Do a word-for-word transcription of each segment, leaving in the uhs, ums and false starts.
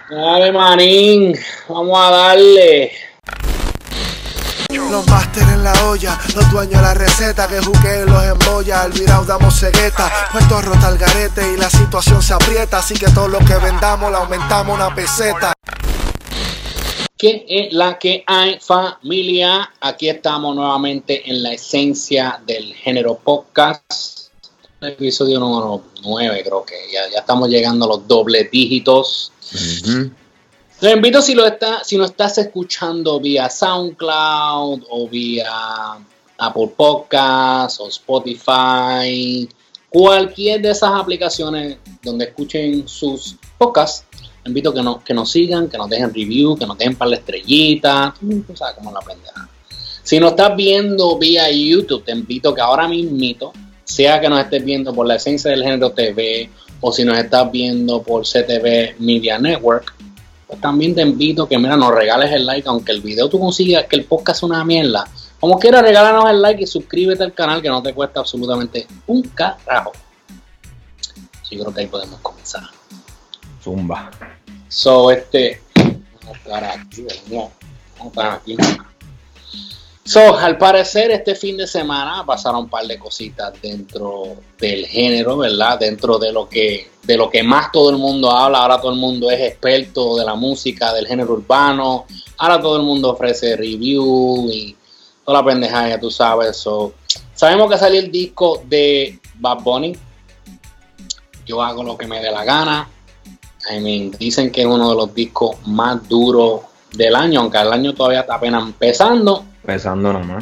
Dale, manín, vamos a darle. Los máster en la olla, los dueños de la receta, que juquen los embolla, al virao damos cegueta, puesto rota al garete y la situación se aprieta, así que todo lo que vendamos le aumentamos una peseta. ¿Qué es la que hay, familia? Aquí estamos nuevamente en la esencia del género podcast. Episodio número nueve, creo que ya, ya estamos llegando a los dobles dígitos. Uh-huh. Te invito, si lo está, si no estás escuchando vía SoundCloud o vía Apple Podcasts o Spotify, cualquier de esas aplicaciones donde escuchen sus podcasts, te invito a que, no, que nos sigan, que nos dejen review, que nos dejen para la estrellita, tú sabes cómo es la pendeja. Si nos estás viendo vía YouTube, te invito a que ahora mismito, sea que nos estés viendo por la esencia del género T V o si nos estás viendo por C T V Media Network, pues también te invito a que, mira, nos regales el like, aunque el video tú consigas que el podcast es una mierda. Como quieras, regálanos el like y suscríbete al canal, que no te cuesta absolutamente un carajo. Sí, creo que ahí podemos comenzar. Zumba. So, este... Vamos a estar aquí, vamos a estar aquí. So, al parecer este fin de semana pasaron un par de cositas dentro del género, ¿verdad? Dentro de lo que de lo que más todo el mundo habla. Ahora todo el mundo es experto de la música, del género urbano. Ahora todo el mundo ofrece review y toda la pendejada, ya tú sabes. So, sabemos que salió el disco de Bad Bunny. Yo hago lo que me dé la gana. I mean, dicen que es uno de los discos más duros del año, aunque el año todavía está apenas empezando. Empezando nomás.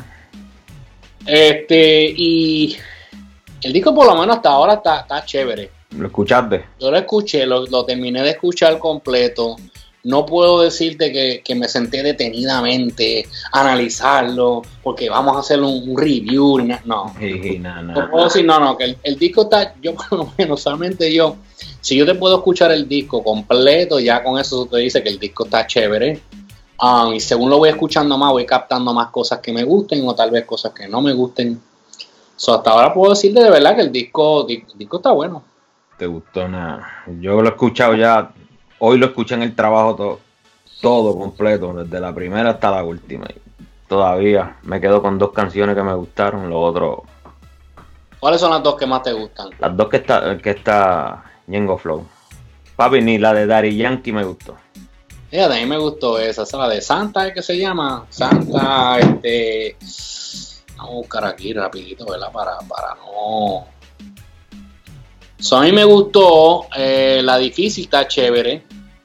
Este, y el disco por lo menos hasta ahora está, está chévere. ¿Lo escuchaste? Yo lo escuché, lo, lo terminé de escuchar completo. No puedo decirte que, que me senté detenidamente a analizarlo, porque vamos a hacer un, un review. No, sí, no, no. no puedo decir, no, no, que el, el disco está, yo por lo menos, solamente yo, si yo te puedo escuchar el disco completo, ya con eso te dice que el disco está chévere. Um, y según lo voy escuchando más, voy captando más cosas que me gusten o tal vez cosas que no me gusten. So, hasta ahora puedo decirte de verdad que el disco, el disco está bueno. ¿Te gustó nada? Yo lo he escuchado ya, hoy lo escuché en el trabajo todo, todo completo, desde la primera hasta la última. Todavía me quedo con dos canciones que me gustaron, lo otro... ¿Cuáles son las dos que más te gustan? Las dos que está, que está Ñengo Flow. Papi, ni la de Daddy Yankee me gustó. Fíjate, a mí me gustó esa, esa la de Santa, ¿es que se llama? Santa, este... Vamos a buscar aquí rapidito, ¿verdad? Para, para no... So, a mí me gustó, eh, la difícil está chévere,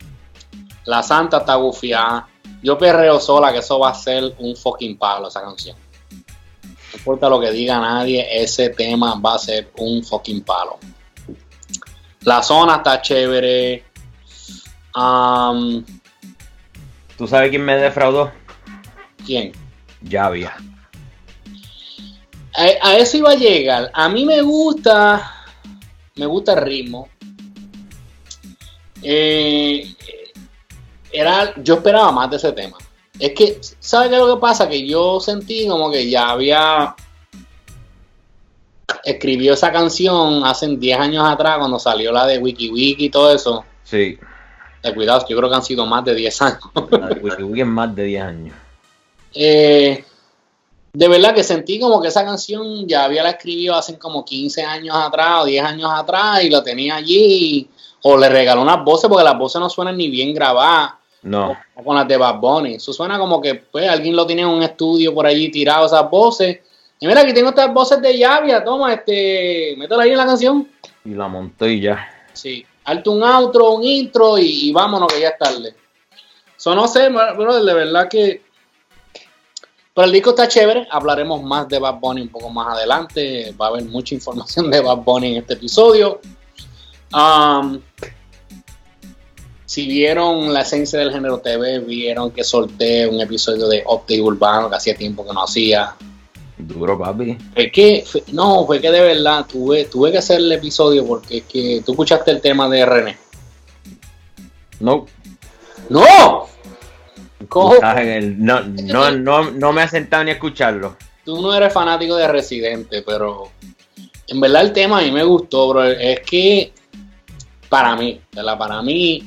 la Santa está gufiada, yo perreo sola, que eso va a ser un fucking palo esa canción. No importa lo que diga nadie, ese tema va a ser un fucking palo. La Zona está chévere. Um, ¿Tú sabes quién me defraudó? ¿Quién? Llavia. A, a eso iba a llegar. A mí me gusta, me gusta el ritmo. Eh, era, yo esperaba más de ese tema. Es que, ¿sabes qué es lo que pasa? Que yo sentí como que ya había escribió esa canción hace diez años atrás, cuando salió la de Wiki Wiki y todo eso. Sí. De cuidado, yo creo que han sido más de diez años. La de Wiki Wiki es más de diez años. Eh, de verdad que sentí como que esa canción ya había la escribido hace como quince años atrás o diez años atrás y la tenía allí. O le regaló unas voces, porque las voces no suenan ni bien grabadas. No. Con las de Bad Bunny. Eso suena como que pues alguien lo tiene en un estudio por allí tirado esas voces. Y mira, aquí tengo estas voces de Llavia. Toma, este, métela ahí en la canción. Y la monté y ya. Sí. Alto un outro, un intro y, y vámonos que ya es tarde. So, no sé, bro, de verdad que... Pero el disco está chévere. Hablaremos más de Bad Bunny un poco más adelante. Va a haber mucha información de Bad Bunny en este episodio. Um, si vieron la esencia del género T V, vieron que solté un episodio de Update Urbano que hacía tiempo que no hacía. Duro, papi. Es que, no, fue que de verdad tuve, tuve que hacer el episodio porque es que tú escuchaste el tema de René. No. ¡No! ¿Cómo? El, no, no, no, no me ha sentado ni a escucharlo. Tú no eres fanático de Residente, pero en verdad el tema a mí me gustó, bro. Es que para mí, ¿verdad? Para mí,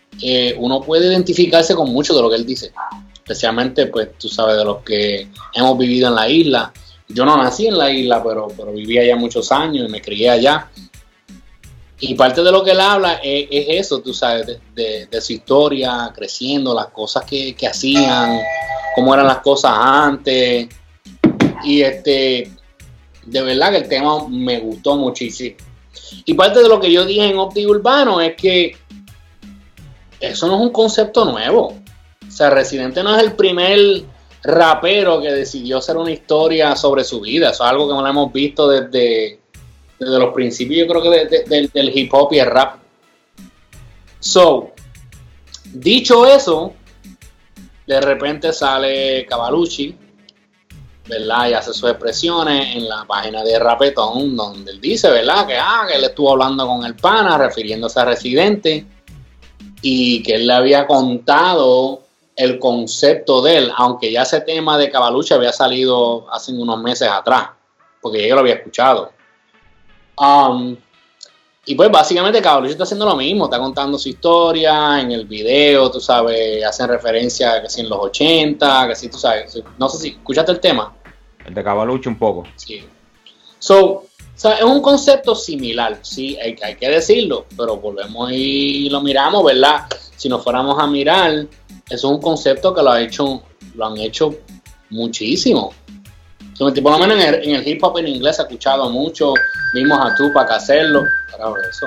eh, uno puede identificarse con mucho de lo que él dice, especialmente, pues, tú sabes, de los que hemos vivido en la isla. Yo no nací en la isla, pero, pero viví allá muchos años y me crié allá. Y parte de lo que él habla es, es eso, tú sabes, de, de, de su historia, creciendo, las cosas que, que hacían, cómo eran las cosas antes. Y este, de verdad que el tema me gustó muchísimo. Y parte de lo que yo dije en Opti Urbano es que eso no es un concepto nuevo. O sea, Residente no es el primer rapero que decidió hacer una historia sobre su vida. Eso es algo que no lo hemos visto desde, desde los principios, yo creo que de, de, de, del hip hop y el rap. So, dicho eso, de repente sale Cavalucci, ¿verdad? Y hace sus expresiones en la página de Rapetón, donde él dice, ¿verdad? Que, ah, que él estuvo hablando con el pana, refiriéndose a Residente, y que él le había contado el concepto de él, aunque ya ese tema de Cavalucci había salido hace unos meses atrás, porque yo lo había escuchado. Um, y pues básicamente Cavalucci está haciendo lo mismo, está contando su historia en el video, tú sabes, hacen referencia que si en los ochenta, que si tú sabes, no sé si escuchaste el tema. El de Cavalucci un poco. Sí. So, o sea, es un concepto similar, sí, hay, hay que decirlo, pero volvemos y lo miramos, ¿verdad? Si nos fuéramos a mirar, eso es un concepto que lo ha hecho, lo han hecho muchísimo. Por lo menos en el, en el hip hop en inglés se ha escuchado mucho, vimos a Tupac hacerlo, carajo eso.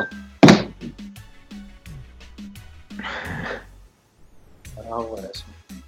Carajo eso.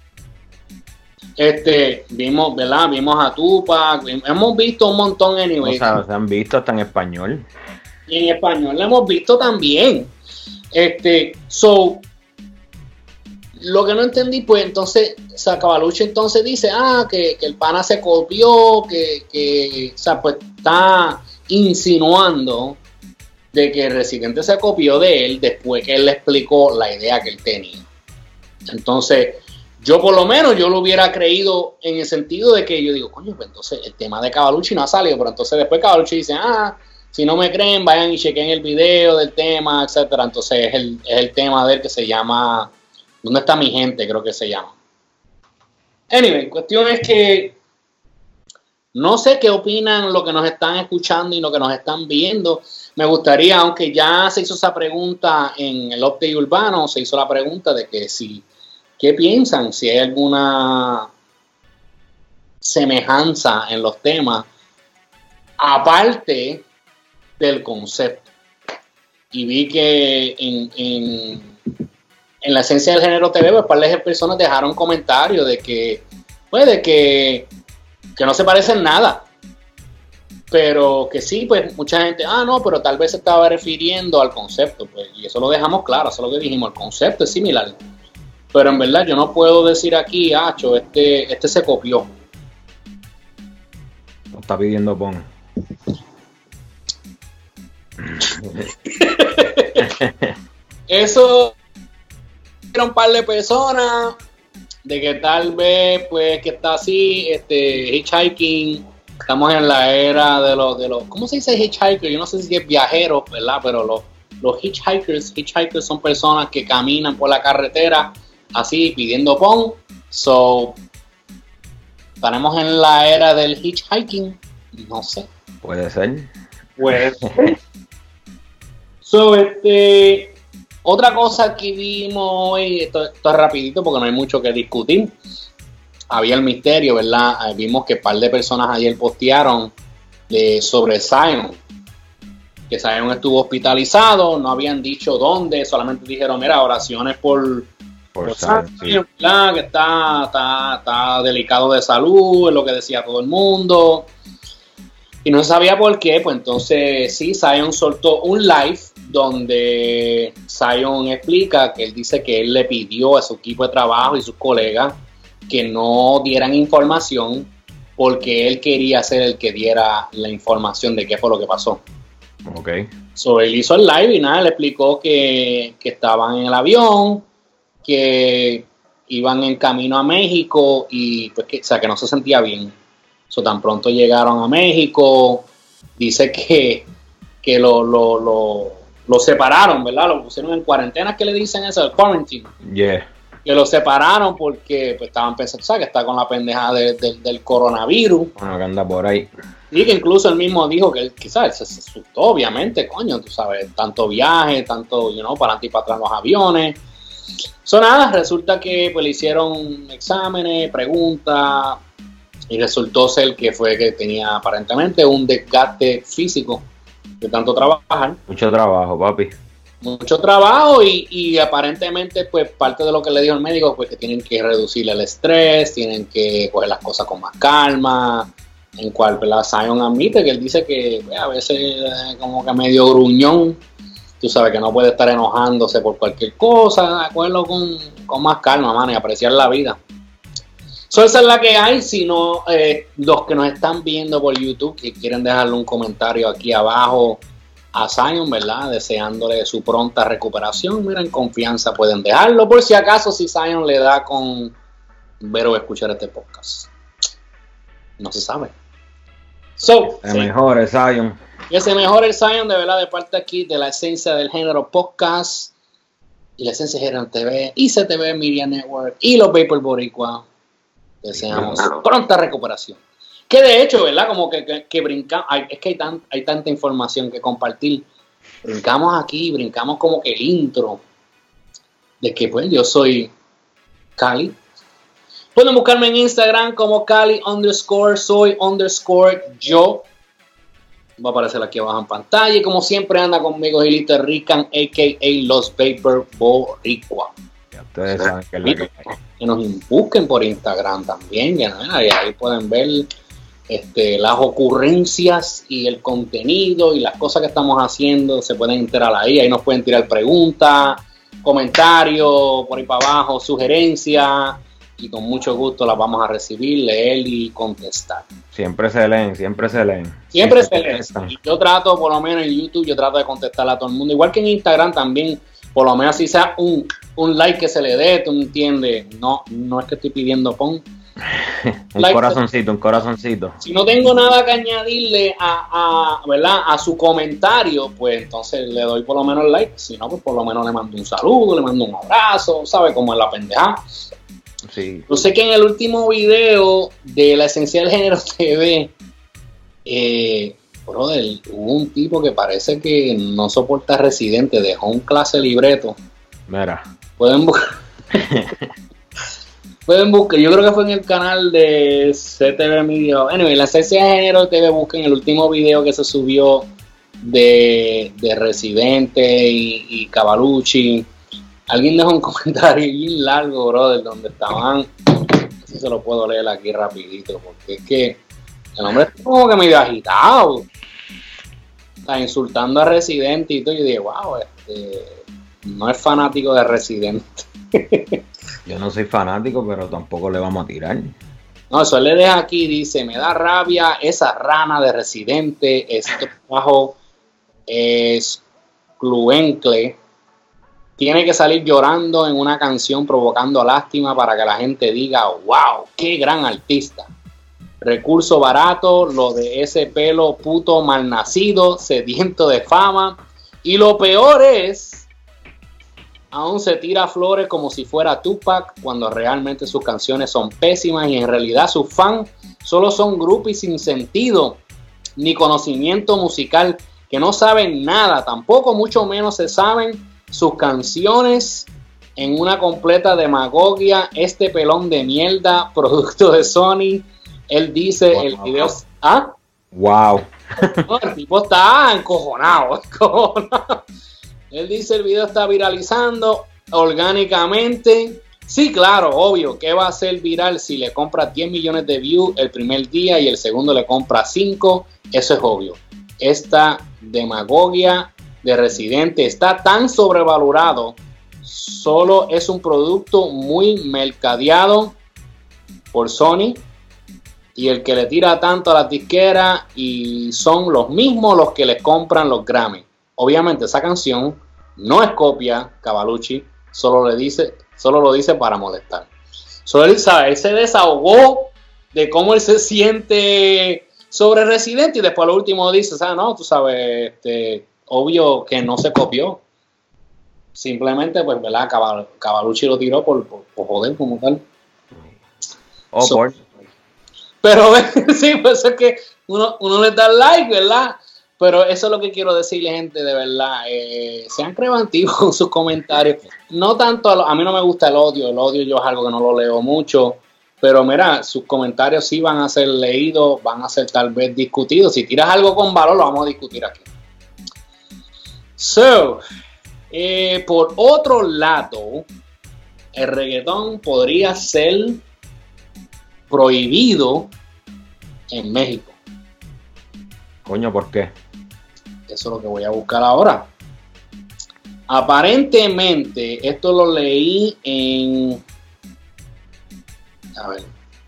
Este, vimos, ¿verdad? Vimos a Tupac, hemos visto un montón anyway. O sea, se han visto hasta en español. Y en español lo hemos visto también. Este, so, lo que no entendí, pues entonces, o sea, Cavalucci entonces dice, ah, que, que el pana se copió, que, que, o sea, pues está insinuando de que el Residente se copió de él después que él le explicó la idea que él tenía. Entonces, yo por lo menos yo lo hubiera creído en el sentido de que yo digo, coño, pues entonces el tema de Cavalucci no ha salido, pero entonces después Cavalucci dice, ah, si no me creen, vayan y chequen el video del tema, etcétera. Entonces es el, es el tema de él que se llama ¿Dónde está mi gente? Creo que se llama. Anyway, cuestión es que no sé qué opinan los que nos están escuchando y los que nos están viendo. Me gustaría, aunque ya se hizo esa pregunta en el Update Urbano, se hizo la pregunta de que si, ¿qué piensan? Si hay alguna semejanza en los temas, aparte del concepto. Y vi que en... en en la esencia del género T V, pues varias personas dejaron comentarios de que, pues, de que, que no se parecen nada. Pero que sí, pues, mucha gente, ah, no, pero tal vez se estaba refiriendo al concepto, pues, y eso lo dejamos claro, eso es lo que dijimos, el concepto es similar. Pero en verdad yo no puedo decir aquí, acho, este, este se copió. Lo está pidiendo Pon. Eso... un par de personas de que tal vez pues que está así este hitchhiking, estamos en la era de los de los ¿cómo se dice hitchhiker? Yo no sé si es viajeros, ¿verdad? Pero los, los hitchhikers hitchhikers son personas que caminan por la carretera así pidiendo pon. So estaremos en la era del hitchhiking, no sé, puede ser, puede ser. So este otra cosa que vimos hoy, esto, esto es rapidito porque no hay mucho que discutir. Había el misterio, ¿verdad? Vimos que un par de personas ayer postearon eh, sobre Zion. Que Zion estuvo hospitalizado, no habían dicho dónde, solamente dijeron, mira, oraciones por, por, por Zion, Zion, sí. ¿verdad? Que está, está, está delicado de salud, es lo que decía todo el mundo. Y no se sabía por qué, pues entonces sí, Zion soltó un live donde Zion explica que él dice que él le pidió a su equipo de trabajo y sus colegas que no dieran información porque él quería ser el que diera la información de qué fue lo que pasó. Ok. So, él hizo el live y nada, le explicó que, que estaban en el avión, que iban en camino a México y pues que, o sea, que no se sentía bien. So, tan pronto llegaron a México, dice que, que lo, lo, lo lo separaron, ¿verdad? Lo pusieron en cuarentena, ¿qué le dicen eso? El quarantine. Yeah. Que lo separaron porque pues, estaban pensando, ¿sabes? Que está con la pendeja de, de, del coronavirus. Bueno, que anda por ahí. Y que incluso él mismo dijo que, quizás se asustó, obviamente, coño, tú sabes, tanto viaje, tanto, you know, para adelante y para atrás los aviones. So, nada, resulta que pues le hicieron exámenes, preguntas, y resultó ser que fue que tenía aparentemente un desgaste físico de tanto trabajar. Mucho trabajo, papi. Mucho trabajo y, y aparentemente pues parte de lo que le dijo el médico pues que tienen que reducir el estrés, tienen que coger las cosas con más calma, en cual ¿verdad? Zion admite que él dice que pues, a veces eh, como que medio gruñón, tú sabes que no puede estar enojándose por cualquier cosa, cogerlo con, con más calma, mano, y apreciar la vida. So, esa es la que hay. Si no, eh, los que nos están viendo por YouTube que quieren dejarle un comentario aquí abajo a Zion, ¿verdad? Deseándole su pronta recuperación. Mira, en confianza pueden dejarlo. Por si acaso, si Zion le da con ver o escuchar este podcast. No se sabe. So, el sí. mejor es Zion. Y ese mejor el Zion, de verdad, de parte aquí de la esencia del género podcast. Y la esencia del género T V. Y C T V Media Network. Y los Vapor Boricua. Deseamos sí, pronta recuperación. Que de hecho, ¿verdad? Como que, que, que brincamos, es que hay, tan, hay tanta información que compartir. Brincamos aquí, brincamos como que el intro de que pues yo soy Cali. Pueden buscarme en Instagram como Cali underscore, soy underscore yo. Va a aparecer aquí abajo en pantalla. Y como siempre anda conmigo Gilito Rican, a k a. Los Vapor Boricua. Ya ustedes saben que es la que hay. Que nos busquen por Instagram también. Que, ¿no? Y ahí pueden ver Este, las ocurrencias y el contenido y las cosas que estamos haciendo. Se pueden enterar ahí, ahí nos pueden tirar preguntas, comentarios por ahí para abajo, sugerencias, y con mucho gusto las vamos a recibir, leer y contestar. Siempre se leen, siempre se leen. Siempre se leen. Yo trato, por lo menos en YouTube, yo trato de contestar a todo el mundo, igual que en Instagram también, por lo menos si sea un, un like que se le dé, tú entiendes, no, no es que estoy pidiendo pon. un like, corazoncito, un corazoncito. Si no tengo nada que añadirle a, a, ¿verdad? a su comentario, pues entonces le doy por lo menos like. Si no, pues por lo menos le mando un saludo, le mando un abrazo, ¿sabe? Como en la pendeja. Sí. Yo sé que en el último video de la esencia del género T V, eh, brother, hubo un tipo que parece que no soporta Residente, dejó un clase libreto. Mira. Pueden buscar. Pueden buscar, yo creo que fue en el canal de C T V Media. Anyway, la esencia de género T V, busquen el último video que se subió de, de Residente y, y Cavalucci. Alguien dejó un comentario bien largo, brother, donde estaban, no sé si se lo puedo leer aquí rapidito, porque es que el hombre está como que medio agitado, está insultando a Residente y todo. Y yo dije, wow, este, no es fanático de Residente. Yo no soy fanático, pero tampoco le vamos a tirar. No, eso le deja aquí, dice, me da rabia esa rana de Residente, este trabajo es cluencle. Tiene que salir llorando en una canción provocando lástima para que la gente diga, wow, qué gran artista. Recurso barato, lo de ese pelo puto malnacido, sediento de fama. Y lo peor es, aún se tira flores como si fuera Tupac, cuando realmente sus canciones son pésimas y en realidad sus fans solo son groupies sin sentido, ni conocimiento musical, que no saben nada, tampoco mucho menos se saben sus canciones en una completa demagogia. Este pelón de mierda, producto de Sony. Él dice, wow. El video... ¿Ah? Wow. No, el tipo está encojonado, encojonado. Él dice, el video está viralizando orgánicamente. Sí, claro, obvio. ¿Qué va a ser viral si le compra diez millones de views el primer día y el segundo le compra cinco? Eso es obvio. Esta demagogia de Residente está tan sobrevalorado, solo es un producto muy mercadeado por Sony y el que le tira tanto a la disquera, y son los mismos los que le compran los Grammy. Obviamente esa canción no es copia, Cavalucci solo le dice, solo lo dice para molestar. Solo él sabe, él se desahogó de cómo él se siente sobre Residente y después lo último dice, ¿sabes? No, tú sabes, este obvio que no se copió. Simplemente, pues, ¿verdad? Cabal, Cavalucci lo tiró por, por, por joder como tal. Oh, so, por. Pero sí, pues es que uno, uno le da like, ¿verdad? Pero eso es lo que quiero decirle, gente, de verdad. Eh, sean creativos con sus comentarios. No tanto, a, lo, a mí no me gusta el odio. El odio yo es algo que no lo leo mucho. Pero mira, sus comentarios sí van a ser leídos, van a ser tal vez discutidos. Si tiras algo con valor, lo vamos a discutir aquí. So, eh, por otro lado, el reggaetón podría ser prohibido en México. Coño, ¿por qué? Eso es lo que voy a buscar ahora. Aparentemente, esto lo leí en... A ver.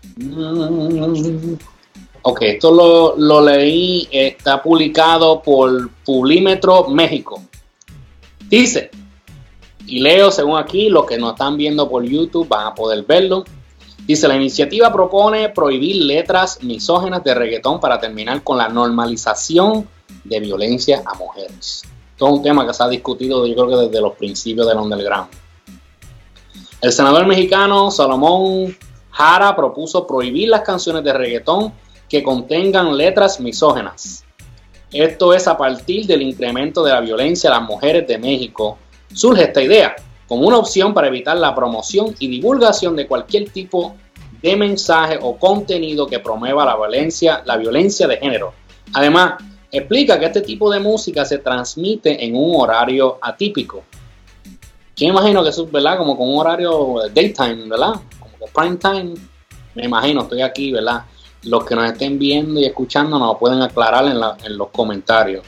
Ok, esto lo, lo leí, está publicado por Publímetro México. Dice, y leo según aquí, los que nos están viendo por YouTube van a poder verlo. Dice, la iniciativa propone prohibir letras misóginas de reggaetón para terminar con la normalización de violencia a mujeres. Todo un tema que se ha discutido, yo creo que desde los principios del underground. El senador mexicano Salomón Jara propuso prohibir las canciones de reggaetón que contengan letras misóginas. Esto es a partir del incremento de la violencia a las mujeres de México. Surge esta idea como una opción para evitar la promoción y divulgación de cualquier tipo de mensaje o contenido que promueva la violencia, la violencia de género. Además, explica que este tipo de música se transmite en un horario atípico. Yo imagino que eso es, ¿verdad? Como con un horario daytime, ¿verdad? Como que prime time. Me imagino, estoy aquí, ¿verdad? Los que nos estén viendo y escuchando nos lo pueden aclarar en, la, en los comentarios.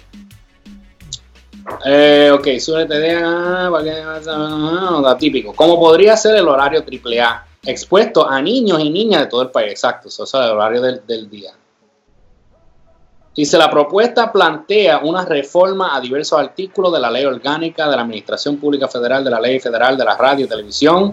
Eh, ok, sobre T D A, atípico. ¿Cómo podría ser el horario triple A? Expuesto a niños y niñas de todo el país. Exacto, eso es el horario del, del día. Dice, la propuesta plantea una reforma a diversos artículos de la Ley Orgánica de la Administración Pública Federal, de la Ley Federal de la Radio y Televisión.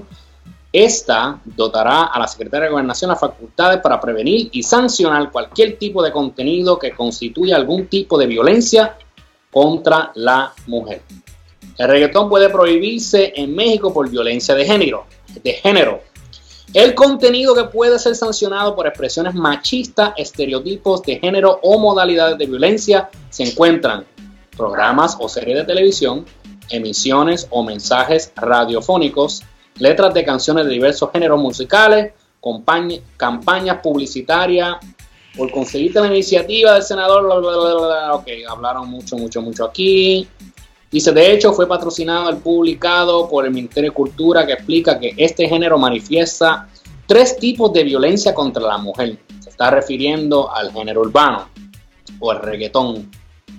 Esta dotará a la Secretaría de Gobernación las facultades para prevenir y sancionar cualquier tipo de contenido que constituya algún tipo de violencia contra la mujer. El reggaetón puede prohibirse en México por violencia de género. De género. El contenido que puede ser sancionado por expresiones machistas, estereotipos de género o modalidades de violencia se encuentran programas o series de televisión, emisiones o mensajes radiofónicos, letras de canciones de diversos géneros musicales, campaña, campañas publicitarias. Por conseguir la iniciativa del senador, bla, bla, bla, bla, ok, hablaron mucho, mucho, mucho aquí. Dice, de hecho, fue patrocinado y publicado por el Ministerio de Cultura, que explica que este género manifiesta tres tipos de violencia contra la mujer. Se está refiriendo al género urbano o el reggaetón.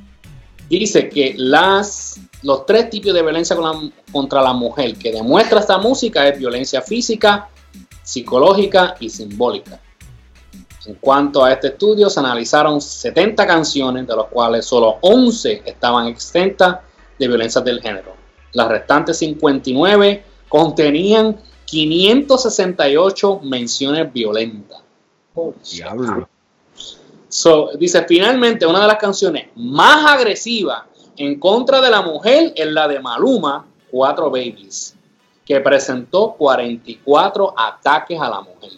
Dice que las, los tres tipos de violencia con la, contra la mujer que demuestra esta música es violencia física, psicológica y simbólica. En cuanto a este estudio, se analizaron setenta canciones, de las cuales solo once estaban exentas de violencia del género. Las restantes cincuenta y nueve contenían quinientas sesenta y ocho menciones violentas. Oh, diablo. So, dice, finalmente, una de las canciones más agresivas en contra de la mujer es la de Maluma, Cuatro Babies, que presentó cuarenta y cuatro ataques a la mujer.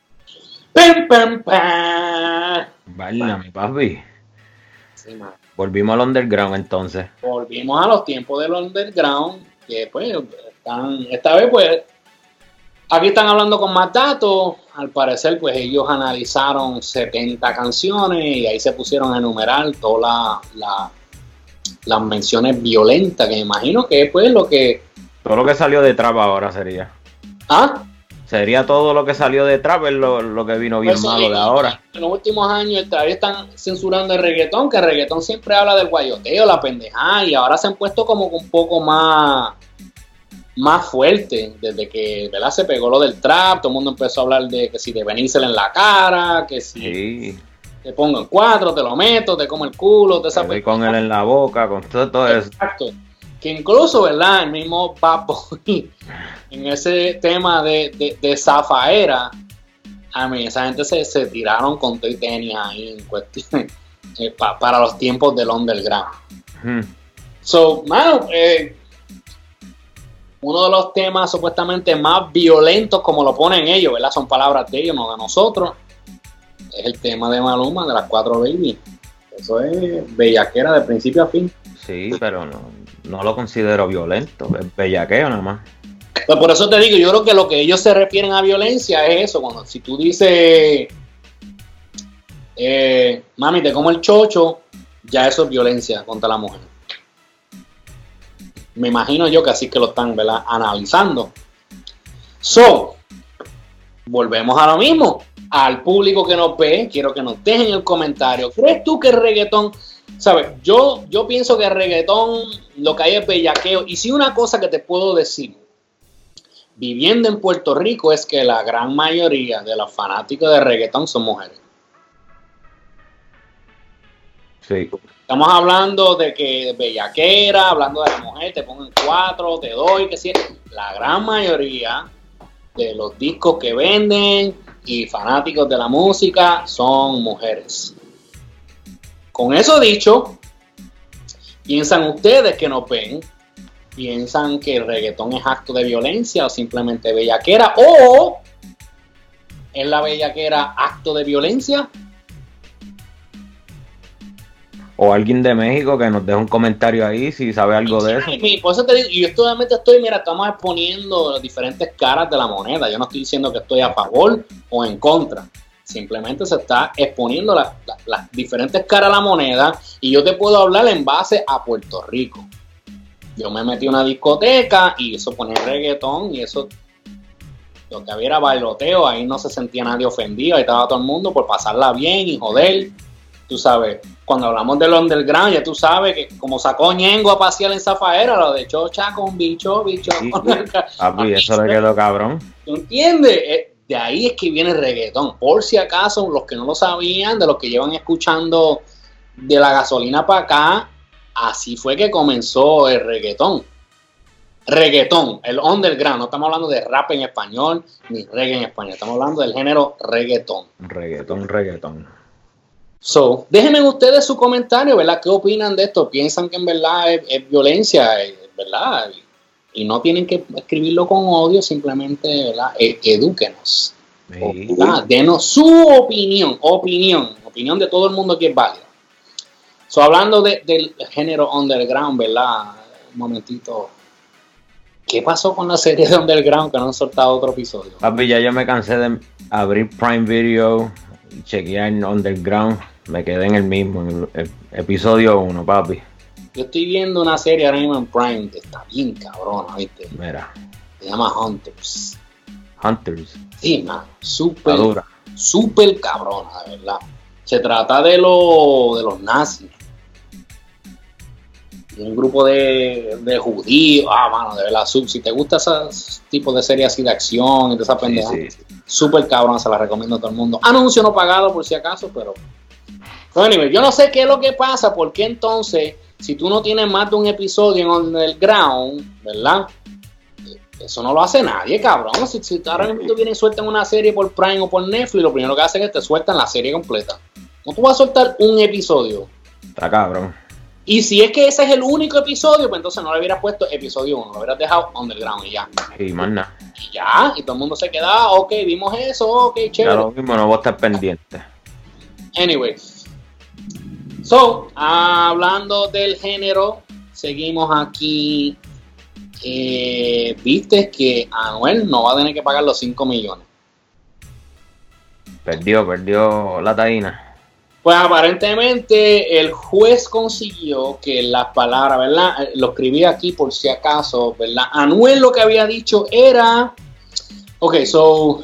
¡Pam, pam, pam! Válame, papi. Sí, man. Volvimos al underground entonces. Volvimos a los tiempos del underground, que pues están, esta vez pues, aquí están hablando con más datos. Al parecer pues ellos analizaron setenta canciones y ahí se pusieron a enumerar todas la, la, las menciones violentas, que me imagino que es pues lo que... Todo lo que salió de trap ahora sería. ¿Ah? Sería todo lo que salió de trap, es lo, lo que vino bien pues malo sí, de ahora. En los últimos años todavía están censurando el reggaetón, que el reggaetón siempre habla del guayoteo, la pendejada, y ahora se han puesto como un poco más, más fuerte, desde que, ¿verdad?, se pegó lo del trap, todo el mundo empezó a hablar de que si de venírsela en la cara, que si sí. Te pongo en cuatro, te lo meto, te como el culo, te esa voy con él en la boca, con todo, todo eso. Exacto. Que incluso, ¿verdad?, el mismo Bad Bunny, en ese tema de, de, de zafaera, a mí esa gente se, se tiraron con todo y tenis ahí en cuestión, eh, pa, para los tiempos del underground. Hmm. So, mano, eh, uno de los temas supuestamente más violentos, como lo ponen ellos, ¿verdad? Son palabras de ellos, no de nosotros. Es el tema de Maluma, de las cuatro baby. Eso es bellaquera de principio a fin. Sí, pero no, no lo considero violento, es bellaqueo nada más. Pues por eso te digo, yo creo que lo que ellos se refieren a violencia es eso, cuando si tú dices, eh, mami, te como el chocho, ya eso es violencia contra la mujer. Me imagino yo que así que lo están, ¿verdad?, analizando. So, volvemos a lo mismo. Al público que nos ve, quiero que nos dejen el comentario. ¿Crees tú que el reggaetón, sabes? Yo, yo pienso que el reggaetón lo que hay es bellaqueo. Y si una cosa que te puedo decir, viviendo en Puerto Rico, es que la gran mayoría de los fanáticos de reggaetón son mujeres. Sí. Estamos hablando de que bellaquera, hablando de la mujer, te pongo en cuatro, te doy, que sí. La gran mayoría de los discos que venden y fanáticos de la música son mujeres. Con eso dicho, ¿piensan ustedes que nos ven? ¿Piensan que el reggaetón es acto de violencia o simplemente bellaquera? ¿O es la bellaquera acto de violencia? O alguien de México que nos deje un comentario ahí si sabe algo de eso. Por eso te digo, yo solamente estoy, mira, estamos exponiendo las diferentes caras de la moneda. Yo no estoy diciendo que estoy a favor o en contra. Simplemente se está exponiendo las la, la diferentes caras de la moneda y yo te puedo hablar en base a Puerto Rico. Yo me metí a una discoteca y eso ponía reggaetón y eso, lo que había era bailoteo, ahí no se sentía nadie ofendido, ahí estaba todo el mundo por pasarla bien y joder. Tú sabes, cuando hablamos del underground, ya tú sabes que como sacó Ñengo a pasear en Zafaera, lo de chocha con bicho, bicho. Sí, con... sí. Papi, eso le quedó cabrón. ¿Tú entiendes? De ahí es que viene el reggaetón. Por si acaso, los que no lo sabían, de los que llevan escuchando de la gasolina para acá, así fue que comenzó el reggaetón. Reggaetón, el underground. No estamos hablando de rap en español ni reggae en español. Estamos hablando del género reggaetón. Reggaetón, reggaetón. So, déjenme ustedes su comentario, ¿verdad? ¿Qué opinan de esto? ¿Piensan que en verdad es, es violencia, verdad? Y no tienen que escribirlo con odio, simplemente, ¿verdad? E- edúquenos. Sí. ¿Verdad? Denos su opinión, opinión, opinión de todo el mundo que es válida. So, hablando de, del género underground, ¿verdad? Un momentito. ¿Qué pasó con la serie de Underground que no han soltado otro episodio? Papi, ya yo me cansé de abrir Prime Video y chequear en Underground. Me quedé en el mismo, en el, el episodio uno, papi. Yo estoy viendo una serie ahora mismo en Prime que está bien cabrona, ¿viste? Mira. Se llama Hunters. Hunters. Sí, man. Súper, súper cabrona, de verdad. Se trata de, lo, de los nazis. De un grupo de, de judíos. Ah, mano, de verdad. Si te gusta ese tipo de serie así de acción y de esa pendeja, sí, sí, sí. Súper cabrona, se la recomiendo a todo el mundo. Anuncio no pagado por si acaso, pero... Pero anyway, yo no sé qué es lo que pasa, porque entonces, si tú no tienes más de un episodio en Underground, ¿verdad? Eso no lo hace nadie, cabrón. Si, si ahora mismo tú vienes y sueltan una serie por Prime o por Netflix, lo primero que hacen es que te sueltan la serie completa. ¿Cómo tú vas a soltar un episodio? Está cabrón. Y si es que ese es el único episodio, pues entonces no le hubieras puesto episodio uno, lo hubieras dejado Underground y ya. Y más nada. Y ya, y todo el mundo se queda, ok, vimos eso, ok, chévere. Ya lo mismo, no voy a estar pendiente. Anyway. So, hablando del género, seguimos aquí. Eh, Viste que Anuel no va a tener que pagar los cinco millones. Perdió, perdió la taína. Pues aparentemente el juez consiguió que las palabras, ¿verdad? Lo escribí aquí por si acaso, ¿verdad? Anuel lo que había dicho era... Ok, so...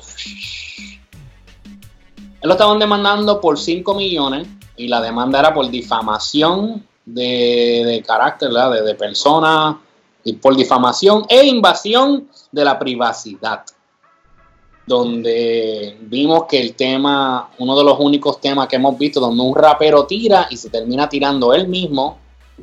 Él lo estaban demandando por cinco millones y la demanda era por difamación de, de carácter, ¿verdad? De, de persona, y por difamación e invasión de la privacidad. Donde vimos que el tema, uno de los únicos temas que hemos visto donde un rapero tira y se termina tirando él mismo,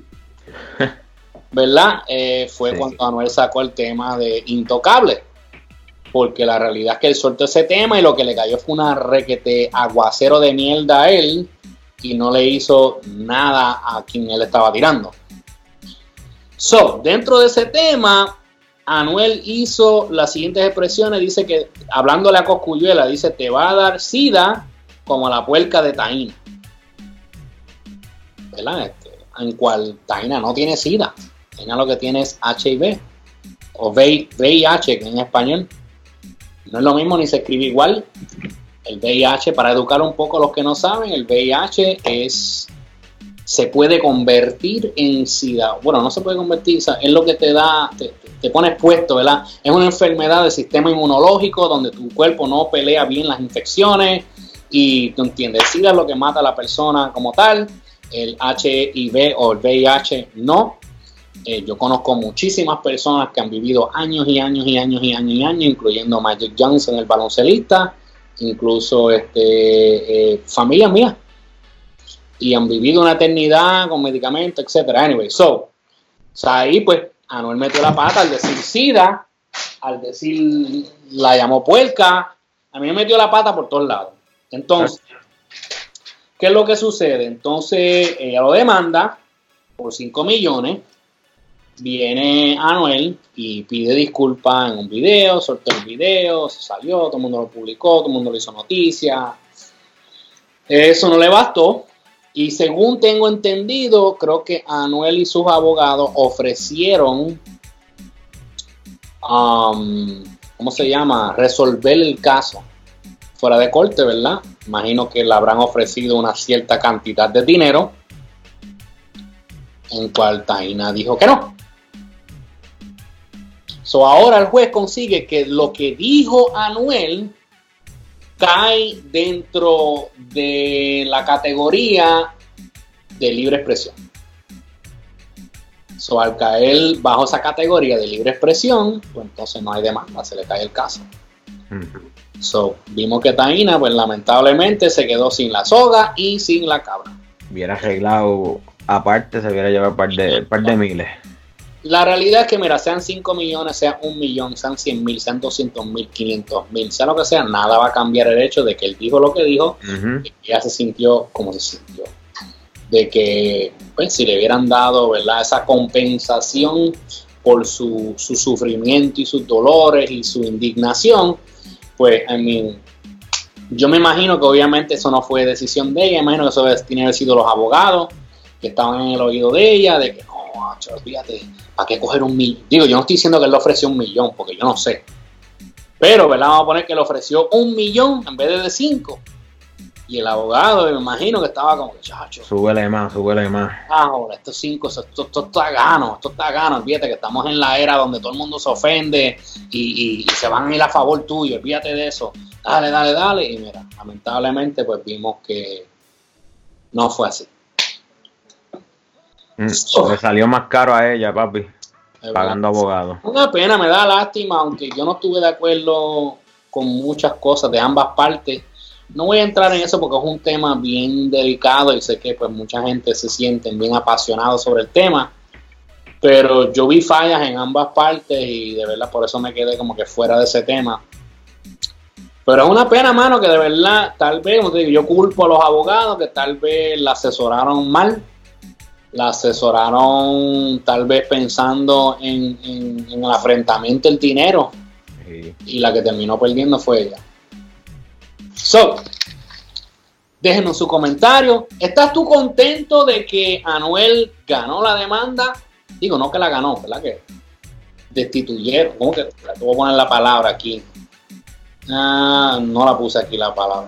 ¿verdad? Eh, fue sí. Cuando Anuel sacó el tema de Intocable, porque la realidad es que él soltó ese tema y lo que le cayó fue una requete aguacero de mierda a él y no le hizo nada a quien él estaba tirando. So, dentro de ese tema, Anuel hizo las siguientes expresiones, dice que, hablándole a Cosculluela, dice, te va a dar sida como la puerca de Taína. ¿Verdad? Este, en cual Taína no tiene sida. Taína lo que tiene es H I V, o V I H en español. No es lo mismo ni se escribe igual. El V I H, para educar un poco a los que no saben, el V I H es... se puede convertir en SIDA. Bueno, no se puede convertir, o sea, es lo que te da, te, te pone expuesto, ¿verdad? Es una enfermedad del sistema inmunológico donde tu cuerpo no pelea bien las infecciones y tú entiendes, el SIDA es lo que mata a la persona como tal, el H I V o el V I H no. Eh, yo conozco muchísimas personas que han vivido años y años y años y años y años, incluyendo Magic Johnson, el baloncelista, incluso este, eh, familia mía, y han vivido una eternidad con medicamentos, etcétera. Anyway, so, o sea, ahí pues Anuel metió la pata al decir SIDA, al decir, la llamó puerca, a mí me metió la pata por todos lados. Entonces, ¿qué es lo que sucede? Entonces, ella lo demanda por cinco millones, viene Anuel y pide disculpas en un video, soltó el video, se salió, todo el mundo lo publicó, todo el mundo le hizo noticia. Eso no le bastó. Y según tengo entendido, creo que Anuel y sus abogados ofrecieron, um, ¿cómo se llama? Resolver el caso fuera de corte, ¿verdad? Imagino que le habrán ofrecido una cierta cantidad de dinero, en cual Taína dijo que no. So ahora el juez consigue que lo que dijo Anuel cae dentro de la categoría de libre expresión. So, al caer bajo esa categoría de libre expresión, pues entonces no hay demanda, se le cae el caso. Uh-huh. So, vimos que Taína, pues lamentablemente se quedó sin la soga y sin la cabra. Hubiera arreglado aparte, se hubiera llevado un par de, par de miles. La realidad es que, mira, sean cinco millones, sea un millón, sean cien mil, sean doscientos mil, quinientos mil, sea lo que sea, nada va a cambiar el hecho de que él dijo lo que dijo, uh-huh. Y ella se sintió como se sintió. De que, pues, si le hubieran dado, ¿verdad?, esa compensación por su, su sufrimiento y sus dolores y su indignación, pues, I mean, yo me imagino que obviamente eso no fue decisión de ella, imagino que eso tiene que haber sido los abogados que estaban en el oído de ella, de que no, olvídate, ¿para qué coger un millón? Digo, yo no estoy diciendo que él le ofreció un millón, porque yo no sé. Pero, ¿verdad? Vamos a poner que le ofreció un millón en vez de de cinco. Y el abogado, me imagino que estaba como que, chacho. Súbele más, súbele más. Ah, joder, estos cinco, esto, esto está gano, esto está gano. Olvídate que estamos en la era donde todo el mundo se ofende y, y, y se van a ir a favor tuyo. Olvídate de eso. Dale, dale, dale. Y mira, lamentablemente, pues vimos que no fue así. Mm, oh. Le salió más caro a ella, papi, pagando abogados. Una pena, me da lástima, aunque yo no estuve de acuerdo con muchas cosas de ambas partes. No voy a entrar en eso porque es un tema bien delicado y sé que pues mucha gente se siente bien apasionado sobre el tema, pero yo vi fallas en ambas partes y de verdad por eso me quedé como que fuera de ese tema. Pero es una pena, mano, que de verdad, tal vez, como te digo, yo culpo a los abogados que tal vez la asesoraron mal. La asesoraron tal vez pensando en, en, en el afrentamiento del dinero. Sí. Y la que terminó perdiendo fue ella. So, déjenos su comentario. ¿Estás tú contento de que Anuel ganó la demanda? Digo, no que la ganó, ¿verdad? Que destituyeron. ¿Cómo que? Te voy a poner la palabra aquí. Ah, no la puse aquí la palabra.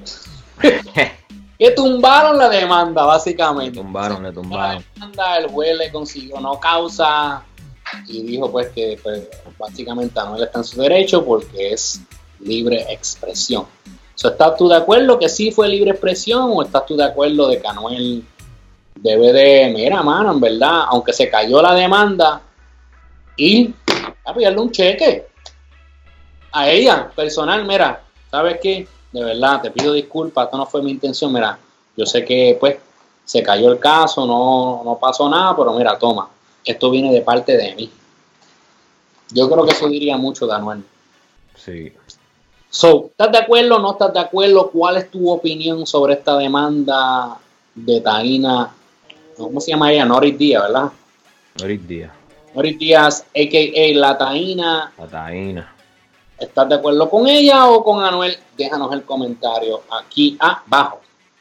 Que tumbaron la demanda, básicamente. Le tumbaron, le tumbaron. La demanda, el juez le consiguió no causa y dijo pues que pues, básicamente Anuel está en su derecho porque es libre expresión. So, ¿estás tú de acuerdo que sí fue libre expresión o estás tú de acuerdo de que Anuel debe de, mira, mano, en verdad, aunque se cayó la demanda, y a pillarle un cheque a ella, personal, mira, ¿sabes qué? De verdad, te pido disculpas, esto no fue mi intención, mira, yo sé que pues se cayó el caso, no, no pasó nada, pero mira, toma, esto viene de parte de mí. Yo creo que eso diría mucho de Anuel. Sí. So, ¿estás de acuerdo o no estás de acuerdo? ¿Cuál es tu opinión sobre esta demanda de Taína? ¿Cómo se llama ella? Noris Díaz, ¿verdad? Noris Díaz. Noris Díaz, a k a. La Taína. La Taína. ¿Estás de acuerdo con ella o con Anuel? Déjanos el comentario aquí abajo.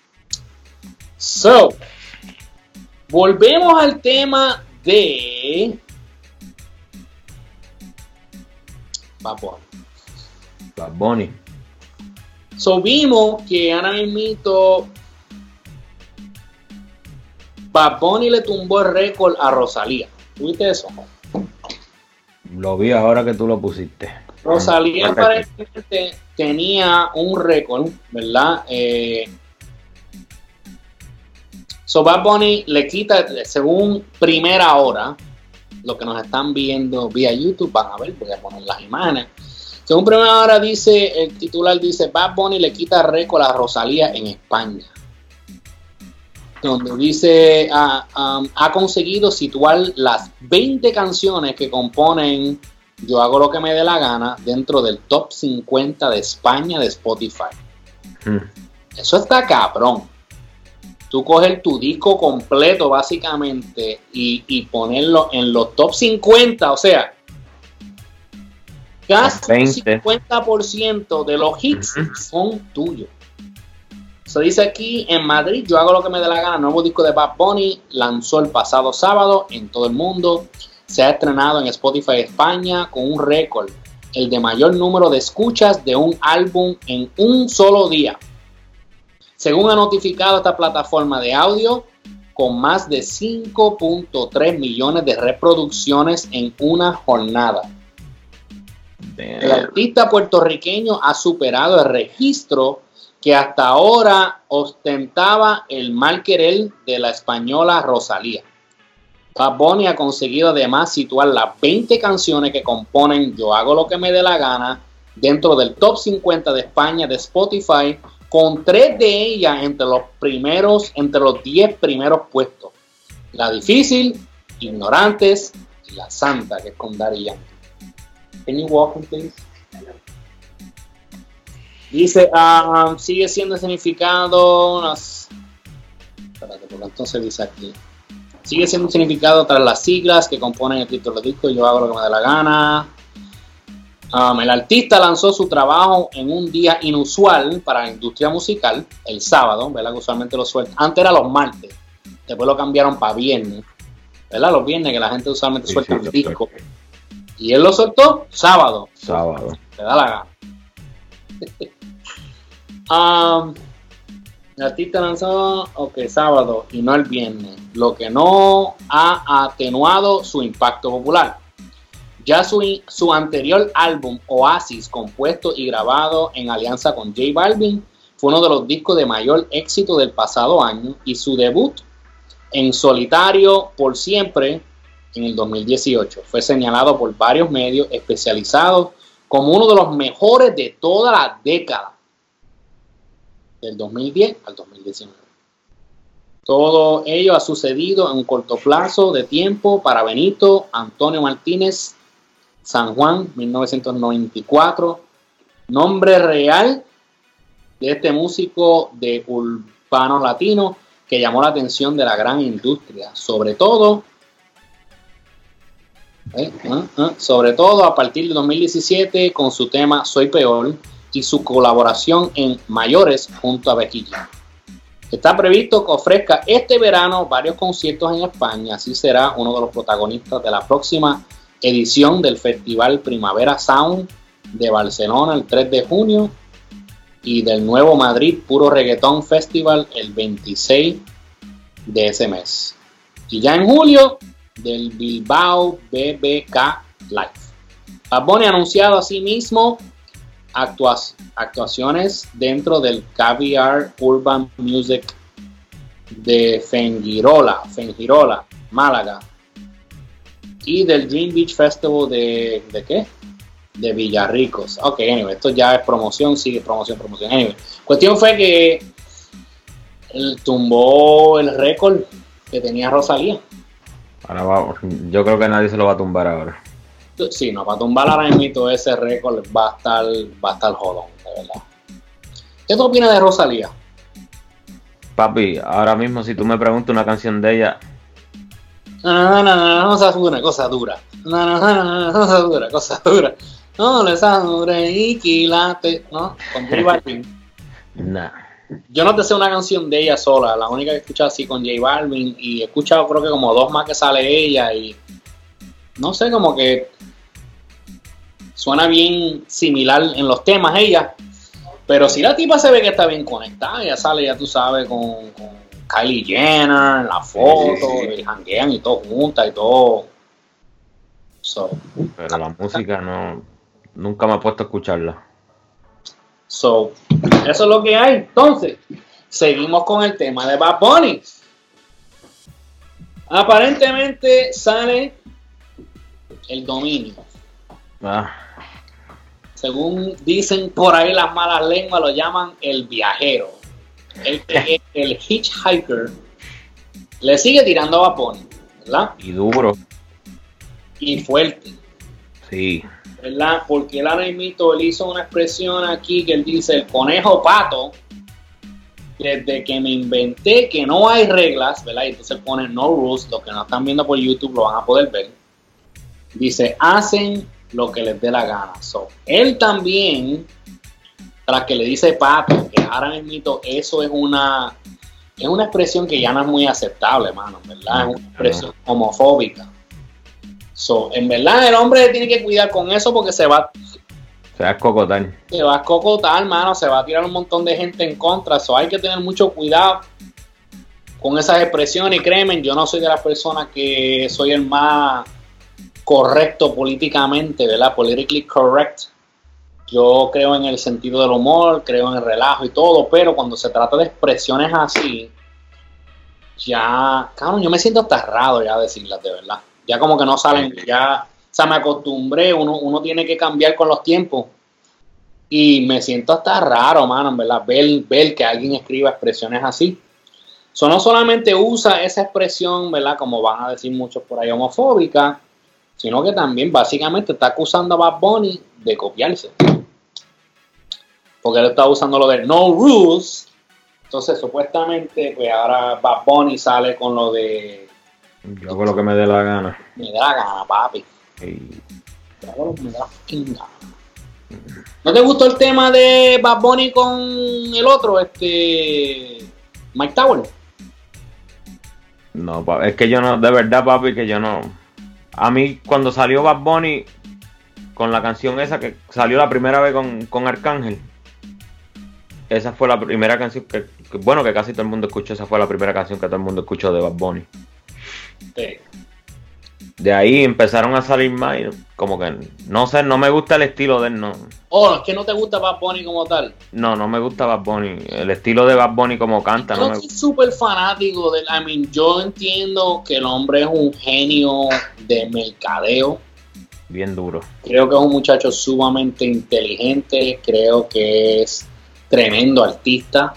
So, volvemos al tema de Bad Bunny. Bad Bunny. So, vimos que ahora mismo Bad Bunny le tumbó el récord a Rosalía. ¿Tuviste eso? Lo vi ahora que tú lo pusiste. Rosalía aparentemente tenía un récord, ¿verdad? Eh, so Bad Bunny le quita, según primera hora, lo que nos están viendo vía YouTube, van a ver, voy a poner las imágenes. Según primera hora dice, el titular dice, Bad Bunny le quita récord a Rosalía en España. Donde dice, uh, um, ha conseguido situar las veinte canciones que componen Yo Hago Lo Que Me Dé La Gana dentro del top cincuenta de España de Spotify. Hmm. Eso está cabrón. Tú coges tu disco completo básicamente y, y ponerlo en los top cincuenta, o sea, casi el cincuenta por ciento de los hits uh-huh. son tuyos. Se dice aquí en Madrid, Yo Hago Lo Que Me Dé La Gana, nuevo disco de Bad Bunny, lanzó el pasado sábado en todo el mundo. Se ha estrenado en Spotify España con un récord, el de mayor número de escuchas de un álbum en un solo día. Según ha notificado esta plataforma de audio, con más de cinco punto tres millones de reproducciones en una jornada. Damn. El artista puertorriqueño ha superado el registro que hasta ahora ostentaba el mal querer de la española Rosalía. Bad Bunny ha conseguido además situar las veinte canciones que componen Yo Hago Lo Que Me Dé La Gana dentro del top cincuenta de España de Spotify, con tres de ellas entre los primeros, entre los diez primeros puestos. La Difícil, Ignorantes y La Santa, que es con Daddy Yankee. Can you walk me, please? Dice, uh, sigue siendo el significado. No, espérate, porque entonces dice aquí. Sigue siendo un significado tras las siglas que componen el título del disco. Yo hago lo que me dé la gana. Um, el artista lanzó su trabajo en un día inusual para la industria musical, el sábado, ¿verdad? Que usualmente lo suelta. Antes era los martes, después lo cambiaron para viernes, ¿verdad? Los viernes que la gente usualmente sí, suelta sí, el disco. Perfecto. Y él lo soltó sábado. Sábado. Le da la gana. um, el artista lanzó, ok, sábado y no el viernes, lo que no ha atenuado su impacto popular. Ya su, su anterior álbum, Oasis, compuesto y grabado en alianza con J Balvin, fue uno de los discos de mayor éxito del pasado año, y su debut en solitario, Por Siempre, en el dos mil dieciocho, fue señalado por varios medios especializados como uno de los mejores de toda la década, del dos mil diez al dos mil diecinueve. Todo ello ha sucedido en un corto plazo de tiempo para Benito Antonio Martínez, San Juan, mil novecientos noventa y cuatro. Nombre real de este músico de urbano latino que llamó la atención de la gran industria, sobre todo, eh, eh, eh, sobre todo a partir de dos mil diecisiete con su tema Soy Peor y su colaboración en Mayores junto a Becky G. Está previsto que ofrezca este verano varios conciertos en España, así será uno de los protagonistas de la próxima edición del Festival Primavera Sound de Barcelona el tres de junio y del Nuevo Madrid Puro Reggaetón Festival el veintiséis de ese mes. Y ya en julio del Bilbao B B K Live. Bad Bunny ha anunciado asimismo actuaciones actuaciones dentro del Caviar Urban Music de Fuengirola, Fuengirola, Málaga, y del Dream Beach Festival de, ¿de qué? De Villarricos. Ok, anyway, esto ya es promoción, sigue promoción, promoción. Anyway, cuestión fue que él tumbó el récord que tenía Rosalía. Ahora vamos, yo creo que nadie se lo va a tumbar ahora. Sí, no, para tumbar ahora mismo ese récord va a estar, va a estar jodón, de verdad. ¿Qué tú opinas de Rosalía? Papi, ahora mismo si tú me preguntas una canción de ella, No, no, no, no, no, cosa dura, cosa dura. No, no, no, no, cosa dura, cosa dura. No, le sangre y quilate, ¿no? Con J Balvin. Nah. Yo no te sé una canción de ella sola, la única que he escuchado así con J Balvin, y he escuchado creo que como dos más que sale ella, y no sé, como que suena bien similar en los temas ella, pero si la tipa se ve que está bien conectada, ella sale, ya tú sabes, con, con Kylie Jenner, en la foto, sí, sí. Y janguean y todo juntas y todo. So, pero la música no, nunca me he puesto a escucharla. So, eso es lo que hay. Entonces, seguimos con el tema de Bad Bunny. Aparentemente sale el dominio. Ah. Según dicen por ahí las malas lenguas, lo llaman el viajero. El, el, el hitchhiker le sigue tirando a Bad Bunny, ¿verdad? Y duro. Y fuerte. Sí. ¿Verdad? Porque él ahora mismo él hizo una expresión aquí que él dice: el conejo pato, desde que me inventé que no hay reglas, ¿verdad? Y entonces pone no rules, los que no están viendo por YouTube lo van a poder ver. Dice, hacen lo que les dé la gana. So, él también, tras que le dice pato, que ahora mismo eso es una, es una expresión que ya no es muy aceptable, mano, ¿verdad? Es una expresión homofóbica. So, en verdad el hombre tiene que cuidar con eso porque se va se va a cocotar se va a cocotar, mano, se va a tirar un montón de gente en contra. So, hay que tener mucho cuidado con esas expresiones y créeme, yo no soy de las personas que soy el más correcto políticamente, ¿verdad? Politically correct. Yo creo en el sentido del humor, creo en el relajo y todo, pero cuando se trata de expresiones así, ya, cabrón, yo me siento hasta raro ya decirlas, de verdad. Ya como que no salen, ya, o sea, me acostumbré, uno, uno tiene que cambiar con los tiempos. Y me siento hasta raro, mano, en verdad, ver, ver que alguien escriba expresiones así. So, no solamente usa esa expresión, ¿verdad? Como van a decir muchos por ahí, homofóbica, sino que también básicamente está acusando a Bad Bunny de copiarse. Porque él está usando lo de no rules. Entonces, supuestamente, pues ahora Bad Bunny sale con lo de yo hago lo que me dé la gana. Me da la gana, papi. Sí. Yo hago lo que me da la fucking gana. ¿No te gustó el tema de Bad Bunny con el otro, este Mike Tower? No, es que yo no, de verdad, papi, que yo no. A mí, cuando salió Bad Bunny con la canción esa que salió la primera vez con, con Arcángel, esa fue la primera canción que, que, bueno, que casi todo el mundo escuchó. Esa fue la primera canción que todo el mundo escuchó de Bad Bunny. Sí. De ahí empezaron a salir más, como que, no sé, no me gusta el estilo de él, no. Oh, es que no te gusta Bad Bunny como tal. No, no me gusta Bad Bunny, el estilo de Bad Bunny como canta. Yo no no me soy súper fanático del, I mean, yo entiendo que el hombre es un genio de mercadeo. Bien duro. Creo que es un muchacho sumamente inteligente, creo que es tremendo artista.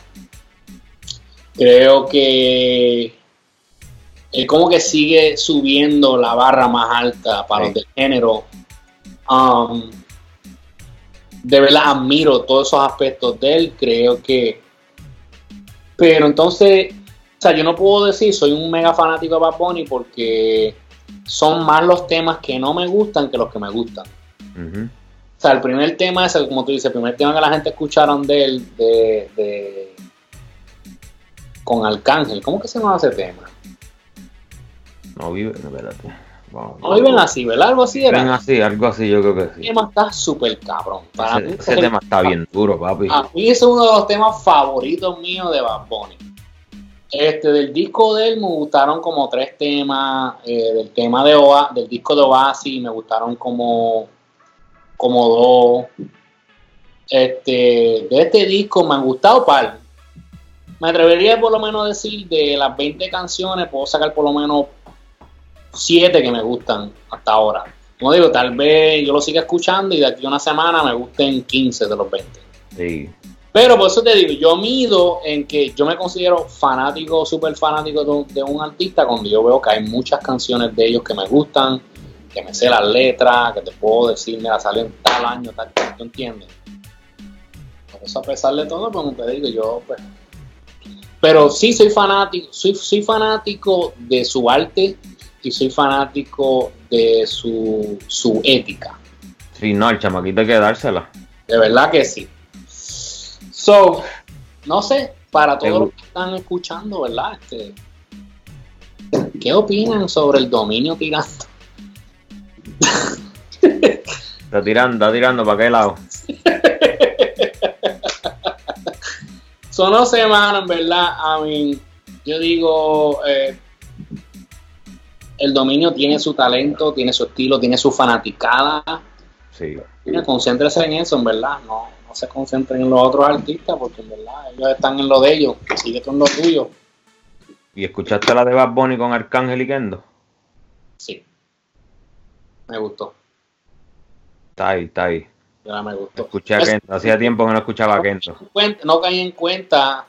Creo que él como que sigue subiendo la barra más alta para sí. Los del género. Um, de verdad admiro todos esos aspectos de él, creo que... Pero entonces, o sea, yo no puedo decir soy un mega fanático de Bad Bunny porque son más los temas que no me gustan que los que me gustan. Uh-huh. O sea, el primer tema es, el, como tú dices, el primer tema que la gente escucharon de él, de, de con Arcángel. ¿Cómo que se llama ese tema? No viven, espérate. Vamos, no viven así, ¿verdad? Algo así era. Viven así, algo así, yo creo que sí. El tema está súper cabrón. Para ese mí, ese tema está bien duro, papi. A mí es uno de los temas favoritos míos de Bad Bunny. Este, del disco de él me gustaron como tres temas. Eh, del tema de Oa, del disco de Oasis me gustaron como, como dos. Este, de este disco me han gustado par. Me atrevería por lo menos a decir de las veinte canciones, puedo sacar por lo menos siete que me gustan hasta ahora. Como digo, tal vez yo lo siga escuchando y de aquí a una semana me gusten quince de los veinte. Sí. Pero por eso te digo, yo mido en que yo me considero fanático, súper fanático de, de un artista cuando yo veo que hay muchas canciones de ellos que me gustan, que me sé las letras, que te puedo decir, mira, salió en tal año, tal, tal, ¿tú entiendes? Por eso a pesar de todo, como te digo, yo pues... Pero sí soy fanático, soy, soy fanático de su arte, y soy fanático de su, su ética. Sí, no, el chamaquito hay que dársela. De verdad que sí. So, no sé, para todos los que están escuchando, ¿verdad? Este, ¿qué opinan sobre el dominio tirando? Está tirando, está tirando, ¿para qué lado? Son dos semanas, ¿verdad? I mean, yo digo, eh, el dominio tiene su talento, tiene su estilo, tiene su fanaticada. Sí. Mira, concéntrese en eso, en verdad. No, no se concentren en los otros artistas, porque en verdad ellos están en lo de ellos. Sigue con lo tuyo. ¿Y escuchaste la de Bad Bunny con Arcángel y Kendo? Sí. Me gustó. Está ahí, está ahí. Ya me gustó. Escuché a Kendo. Hacía tiempo que no escuchaba a Kendo. No caí en cuenta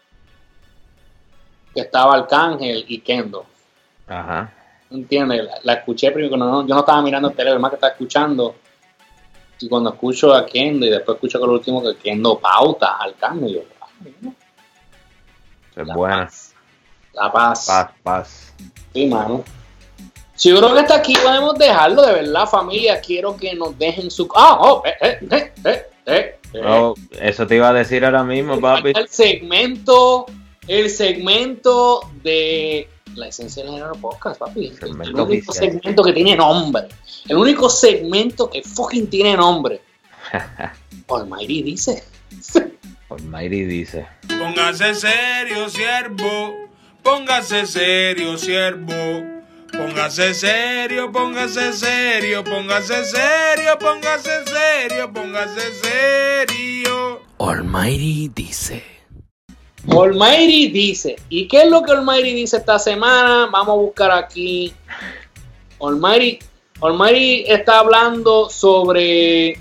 que estaba Arcángel y Kendo. Ajá. ¿Entiendes? La, la escuché primero, no, yo no estaba mirando el teléfono, más que estaba escuchando. Y cuando escucho a Kendo y después escucho con lo último que Kendo pauta al cambio, yo, ah, mira. Es La buena. Paz. La paz. Paz, paz. Sí, mano. Si yo creo que hasta aquí podemos dejarlo, de verdad, familia. Quiero que nos dejen su. ¡Ah! Oh, eh, eh, eh, eh, eh, eh. Oh, eso te iba a decir ahora mismo, papi. El segmento, el segmento de la esencia del género podcast, papi. El, el único oficial. Segmento que tiene nombre. El único segmento que fucking tiene nombre. Almighty dice. Almighty dice. Póngase serio, siervo. Póngase serio, siervo. Póngase serio, póngase serio, póngase serio, póngase serio, póngase serio. Almighty dice. Almighty dice. ¿Y qué es lo que Almighty dice esta semana? Vamos a buscar aquí. Almighty, Almighty está hablando sobre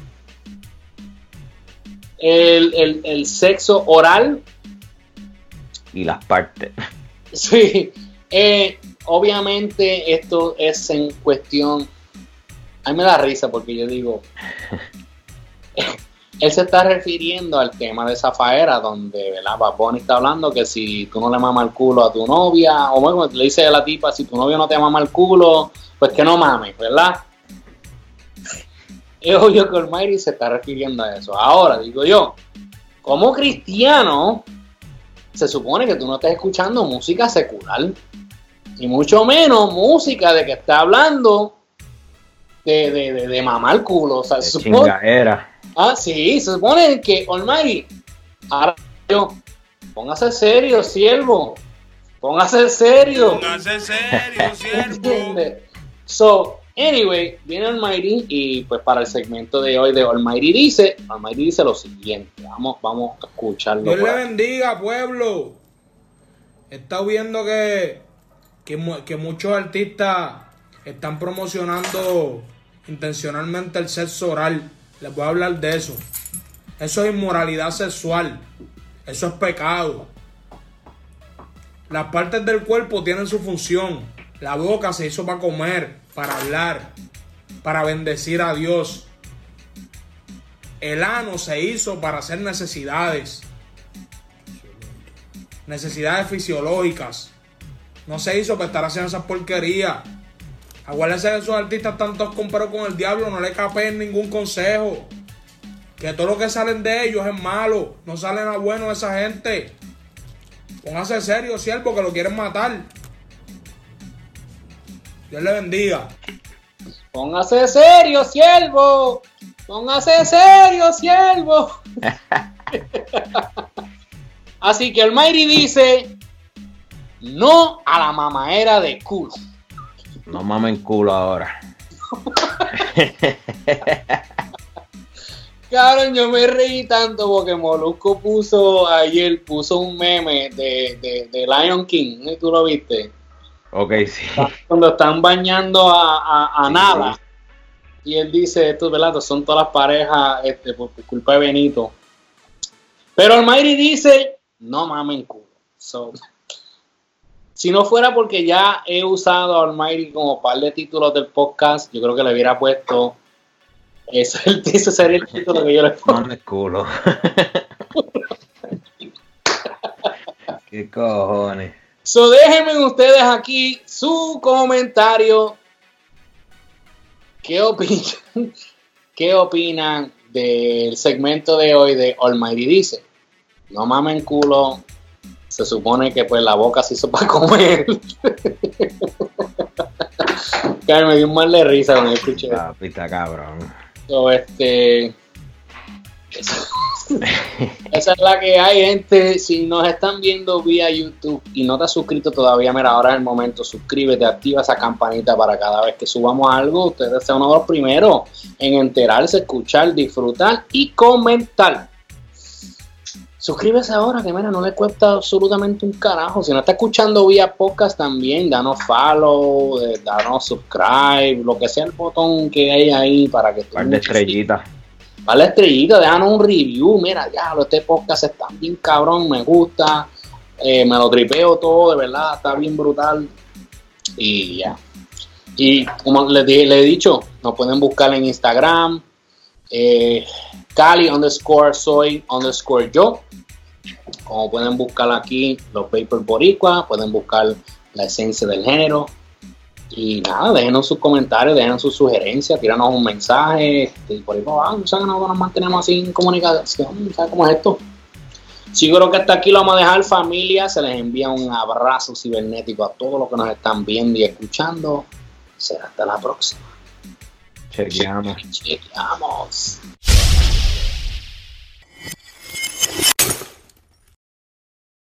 el, el, el sexo oral. Y las partes. Sí. Eh, obviamente esto es en cuestión. A mí me da risa porque yo digo, él se está refiriendo al tema de Zafaera, donde, ¿verdad? Bad Bunny está hablando que si tú no le mamas el culo a tu novia, o bueno, le dice a la tipa, si tu novio no te mama el culo, pues que no mames, ¿verdad? Es obvio que Almighty se está refiriendo a eso. Ahora, digo yo, como cristiano, se supone que tú no estés escuchando música secular. Y mucho menos música de que está hablando de, de, de, de mamar culo. O sea, de se supone, chingadera. Ah, sí, se supone que Almighty, ahora yo, póngase serio, siervo. Póngase serio. Póngase serio, siervo. ¿Entiendes? So, anyway, viene Almighty y pues para el segmento de hoy de Almighty dice, Almighty dice lo siguiente. Vamos, vamos a escucharlo. Dios le bendiga, pueblo. He estado viendo que Que, que muchos artistas están promocionando intencionalmente el sexo oral. Les voy a hablar de eso. Eso es inmoralidad sexual. Eso es pecado. Las partes del cuerpo tienen su función. La boca se hizo para comer, para hablar, para bendecir a Dios. El ano se hizo para hacer necesidades. Necesidades fisiológicas. No se hizo para estar haciendo esas porquerías. Acuérdense que esos artistas están todos comprados con el diablo. No le capeen ningún consejo. Que todo lo que salen de ellos es malo. No salen a bueno esa gente. Póngase serio, siervo, que lo quieren matar. Dios le bendiga. Póngase serio, siervo. Póngase serio, siervo. Así que Almighty dice: no a la mamaera de culo. No mamen culo ahora. Cabrón, yo me reí tanto porque Molusco puso ayer, puso un meme de, de, de Lion King, ¿no? ¿Tú lo viste? Ok, sí. Cuando están bañando a, a, a sí, Nala. Sí. Y él dice, estos velados son todas las parejas este, por, por culpa de Benito. Pero Almighty dice, no mamen culo. So, si no fuera porque ya he usado a Almighty como par de títulos del podcast, yo creo que le hubiera puesto ese, ese sería el título que yo le pongo. Mames culo. ¿Qué cojones? So, déjenme ustedes aquí su comentario. ¿Qué opinan? ¿Qué opinan del segmento de hoy de Almighty dice? No mamen culo. Se supone que pues la boca se hizo para comer. Carmen, me dio un mal de risa cuando escuché. La pista cabrón. So, este... Esa es la que hay, gente. Si nos están viendo vía YouTube y no te has suscrito todavía, mira, ahora es el momento. Suscríbete, activa esa campanita para cada vez que subamos algo, ustedes sean uno de los primeros en enterarse, escuchar, disfrutar y comentar. Suscríbese ahora, que mira, no le cuesta absolutamente un carajo. Si no está escuchando vía podcast también, danos follow, eh, danos subscribe, lo que sea el botón que hay ahí para que tú... Par de estrellitas. Para la estrellita, déjanos un review. Mira, ya, este podcast está bien cabrón, me gusta, eh, me lo tripeo todo, de verdad, está bien brutal. Y ya. Y como les, dije, les he dicho, nos pueden buscar en Instagram, eh, Cali underscore soy underscore yo. Como pueden buscar aquí los Vapor Boricua, pueden buscar la esencia del género. Y nada, déjenos sus comentarios, déjenos sus sugerencias, tíranos un mensaje, este, y por ahí va, no saben, nosotros nos mantenemos así en comunicación, ¿sabes cómo es esto? Sí, creo que hasta aquí lo vamos a dejar, familia. Se les envía un abrazo cibernético a todos los que nos están viendo y escuchando. Será hasta la próxima. Chequeamos. Chequeamos.